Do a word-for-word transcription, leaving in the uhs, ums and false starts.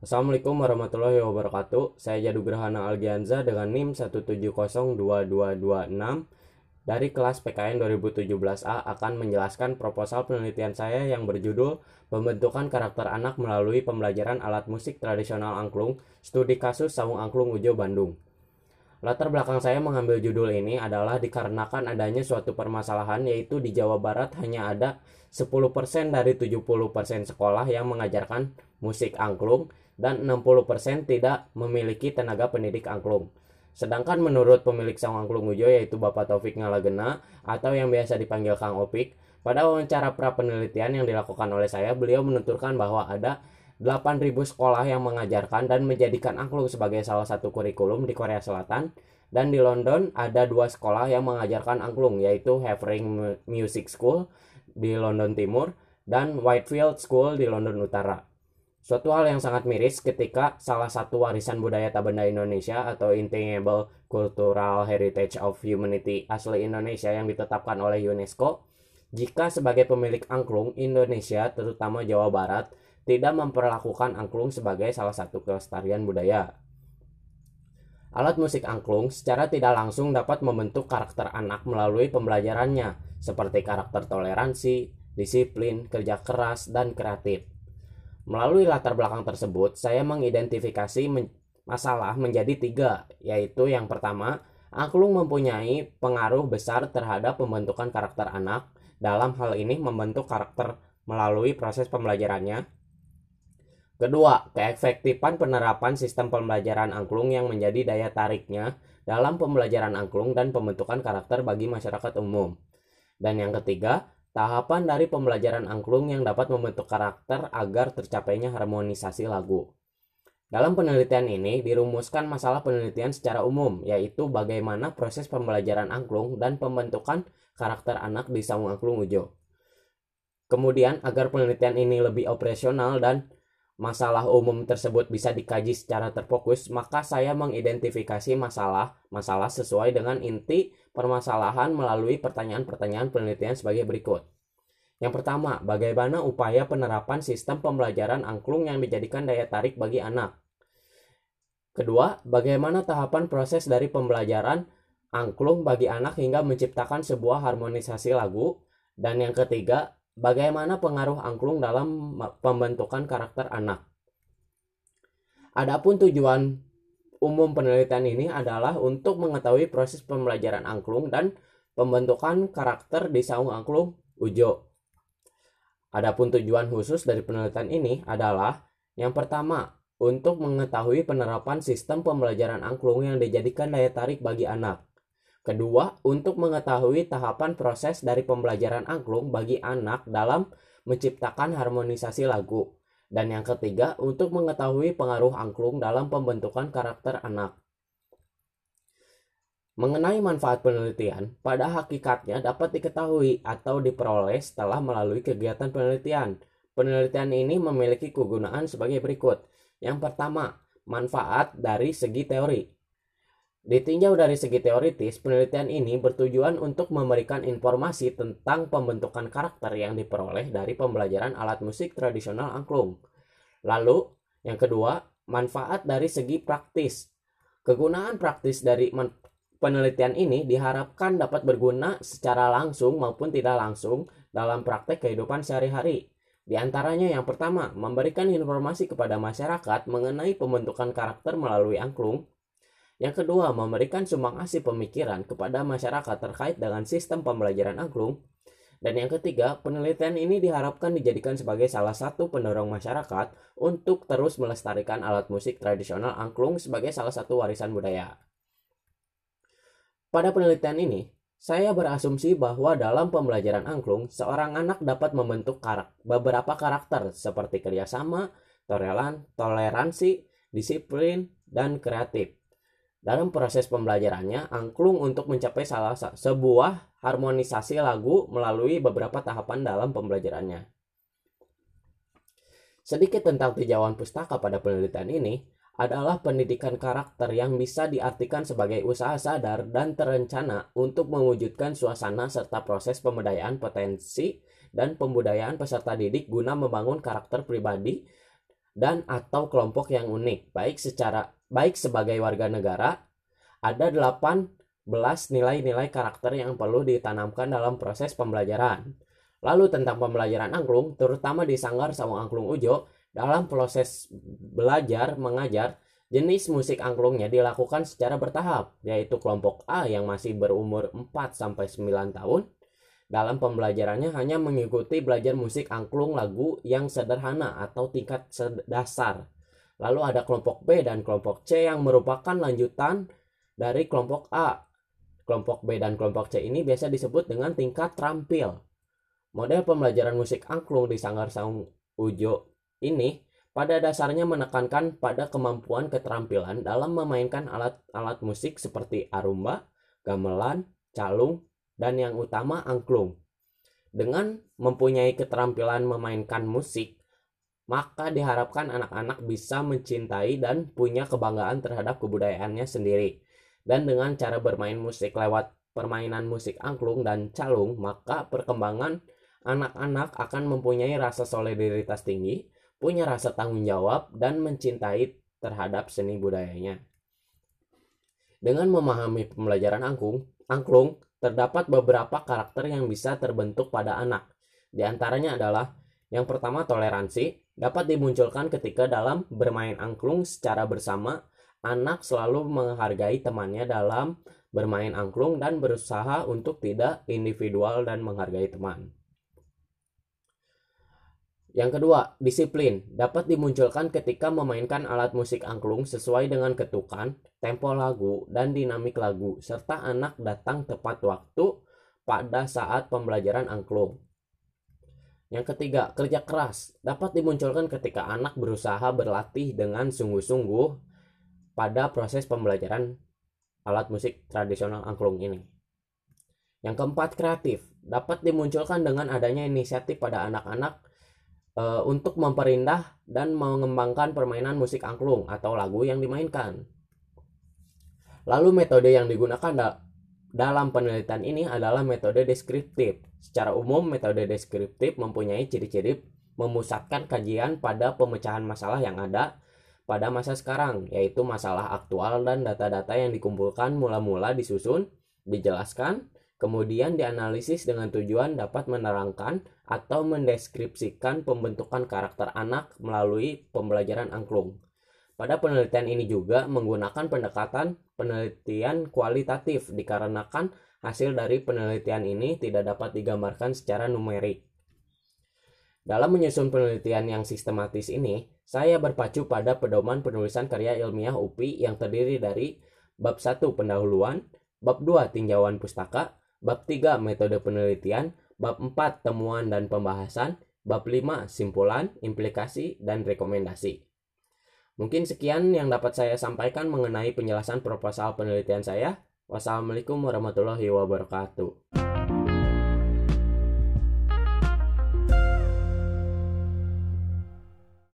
Assalamualaikum warahmatullahi wabarakatuh. Saya Jadu Grahana Algianza dengan NIM satu tujuh nol dua dua dua enam dari kelas P K N dua ribu tujuh belas A akan menjelaskan proposal penelitian saya yang berjudul Pembentukan Karakter Anak Melalui Pembelajaran Alat Musik Tradisional Angklung, Studi Kasus Saung Angklung Ujo Bandung. Latar belakang saya mengambil judul ini adalah dikarenakan adanya suatu permasalahan, yaitu di Jawa Barat hanya ada sepuluh persen dari tujuh puluh persen sekolah yang mengajarkan musik angklung dan enam puluh persen tidak memiliki tenaga pendidik angklung. Sedangkan menurut pemilik Saung Angklung Ujo, yaitu Bapak Taufik Ngalagena atau yang biasa dipanggil Kang Opik, pada wawancara pra penelitian yang dilakukan oleh saya, beliau menuturkan bahwa ada delapan ribu sekolah yang mengajarkan dan menjadikan angklung sebagai salah satu kurikulum di Korea Selatan, dan di London ada dua sekolah yang mengajarkan angklung, yaitu Havering Music School di London Timur dan Whitefield School di London Utara. Suatu hal yang sangat miris ketika salah satu warisan budaya tak benda Indonesia atau Intangible Cultural Heritage of Humanity asli Indonesia yang ditetapkan oleh UNESCO, jika sebagai pemilik angklung Indonesia, terutama Jawa Barat, tidak memperlakukan angklung sebagai salah satu kelestarian budaya. Alat musik angklung secara tidak langsung dapat membentuk karakter anak melalui pembelajarannya, seperti karakter toleransi, disiplin, kerja keras, dan kreatif. Melalui latar belakang tersebut, saya mengidentifikasi men- masalah menjadi tiga, yaitu yang pertama, angklung mempunyai pengaruh besar terhadap pembentukan karakter anak, dalam hal ini membentuk karakter melalui proses pembelajarannya. Kedua, keefektifan penerapan sistem pembelajaran angklung yang menjadi daya tariknya dalam pembelajaran angklung dan pembentukan karakter bagi masyarakat umum. Dan yang ketiga, tahapan dari pembelajaran angklung yang dapat membentuk karakter agar tercapainya harmonisasi lagu. Dalam penelitian ini dirumuskan masalah penelitian secara umum, yaitu bagaimana proses pembelajaran angklung dan pembentukan karakter anak di Saung Angklung Ujo. Kemudian, agar penelitian ini lebih operasional dan masalah umum tersebut bisa dikaji secara terfokus, maka saya mengidentifikasi masalah-masalah sesuai dengan inti permasalahan melalui pertanyaan-pertanyaan penelitian sebagai berikut. Yang pertama, bagaimana upaya penerapan sistem pembelajaran angklung yang dijadikan daya tarik bagi anak? Kedua, bagaimana tahapan proses dari pembelajaran angklung bagi anak hingga menciptakan sebuah harmonisasi lagu? Dan yang ketiga, bagaimana pengaruh angklung dalam pembentukan karakter anak? Adapun tujuan umum penelitian ini adalah untuk mengetahui proses pembelajaran angklung dan pembentukan karakter di Saung Angklung Ujo. Adapun tujuan khusus dari penelitian ini adalah yang pertama, untuk mengetahui penerapan sistem pembelajaran angklung yang dijadikan daya tarik bagi anak. Kedua, untuk mengetahui tahapan proses dari pembelajaran angklung bagi anak dalam menciptakan harmonisasi lagu. Dan yang ketiga, untuk mengetahui pengaruh angklung dalam pembentukan karakter anak. Mengenai manfaat penelitian, pada hakikatnya dapat diketahui atau diperoleh setelah melalui kegiatan penelitian. Penelitian ini memiliki kegunaan sebagai berikut. Yang pertama, manfaat dari segi teori. Ditinjau dari segi teoritis, penelitian ini bertujuan untuk memberikan informasi tentang pembentukan karakter yang diperoleh dari pembelajaran alat musik tradisional angklung. Lalu, yang kedua, manfaat dari segi praktis. Kegunaan praktis dari penelitian ini diharapkan dapat berguna secara langsung maupun tidak langsung dalam praktek kehidupan sehari-hari. Di antaranya yang pertama, memberikan informasi kepada masyarakat mengenai pembentukan karakter melalui angklung. Yang kedua, memberikan sumbang asi pemikiran kepada masyarakat terkait dengan sistem pembelajaran angklung. Dan yang ketiga, penelitian ini diharapkan dijadikan sebagai salah satu pendorong masyarakat untuk terus melestarikan alat musik tradisional angklung sebagai salah satu warisan budaya. Pada penelitian ini, saya berasumsi bahwa dalam pembelajaran angklung, seorang anak dapat membentuk karakter, beberapa karakter seperti kerjasama, toleran, toleransi, disiplin, dan kreatif. Dalam proses pembelajarannya, angklung untuk mencapai salah sebuah harmonisasi lagu melalui beberapa tahapan dalam pembelajarannya. Sedikit tentang tinjauan pustaka pada penelitian ini adalah pendidikan karakter yang bisa diartikan sebagai usaha sadar dan terencana untuk mewujudkan suasana serta proses pemberdayaan potensi dan pembudayaan peserta didik guna membangun karakter pribadi dan atau kelompok yang unik, baik secara baik sebagai warga negara. Ada delapan belas nilai-nilai karakter yang perlu ditanamkan dalam proses pembelajaran. Lalu tentang pembelajaran angklung, terutama di Sanggar Sawang Angklung Ujo, dalam proses belajar mengajar, jenis musik angklungnya dilakukan secara bertahap, yaitu kelompok A yang masih berumur empat sampai sembilan tahun. Dalam pembelajarannya hanya mengikuti belajar musik angklung lagu yang sederhana atau tingkat dasar. Lalu ada kelompok B dan kelompok C yang merupakan lanjutan dari kelompok A. Kelompok B dan kelompok C ini biasa disebut dengan tingkat terampil. Model pembelajaran musik angklung di Sanggar Sawang Ujo ini pada dasarnya menekankan pada kemampuan keterampilan dalam memainkan alat-alat musik seperti arumba, gamelan, calung, dan yang utama angklung. Dengan mempunyai keterampilan memainkan musik, maka diharapkan anak-anak bisa mencintai dan punya kebanggaan terhadap kebudayaannya sendiri. Dan dengan cara bermain musik lewat permainan musik angklung dan calung, maka perkembangan anak-anak akan mempunyai rasa solidaritas tinggi, punya rasa tanggung jawab, dan mencintai terhadap seni budayanya. Dengan memahami pembelajaran angklung, angklung terdapat beberapa karakter yang bisa terbentuk pada anak. Di antaranya adalah yang pertama, toleransi dapat dimunculkan ketika dalam bermain angklung secara bersama, anak selalu menghargai temannya dalam bermain angklung dan berusaha untuk tidak individual dan menghargai teman. Yang kedua, disiplin dapat dimunculkan ketika memainkan alat musik angklung sesuai dengan ketukan, tempo lagu, dan dinamik lagu, serta anak datang tepat waktu pada saat pembelajaran angklung. Yang ketiga, kerja keras dapat dimunculkan ketika anak berusaha berlatih dengan sungguh-sungguh pada proses pembelajaran alat musik tradisional angklung ini. Yang keempat, kreatif dapat dimunculkan dengan adanya inisiatif pada anak-anak untuk memperindah dan mengembangkan permainan musik angklung atau lagu yang dimainkan. Lalu metode yang digunakan da dalam penelitian ini adalah metode deskriptif. Secara umum, metode deskriptif mempunyai ciri-ciri memusatkan kajian pada pemecahan masalah yang ada pada masa sekarang, yaitu masalah aktual dan data-data yang dikumpulkan mula-mula disusun, dijelaskan, kemudian dianalisis dengan tujuan dapat menerangkan atau mendeskripsikan pembentukan karakter anak melalui pembelajaran angklung. Pada penelitian ini juga menggunakan pendekatan penelitian kualitatif dikarenakan hasil dari penelitian ini tidak dapat digambarkan secara numerik. Dalam menyusun penelitian yang sistematis ini, saya berpacu pada pedoman penulisan karya ilmiah U P I yang terdiri dari bab satu pendahuluan, bab dua tinjauan pustaka, bab tiga metode penelitian, bab empat temuan dan pembahasan, bab lima simpulan, implikasi, dan rekomendasi. Mungkin sekian yang dapat saya sampaikan mengenai penjelasan proposal penelitian saya. Wassalamualaikum warahmatullahi wabarakatuh.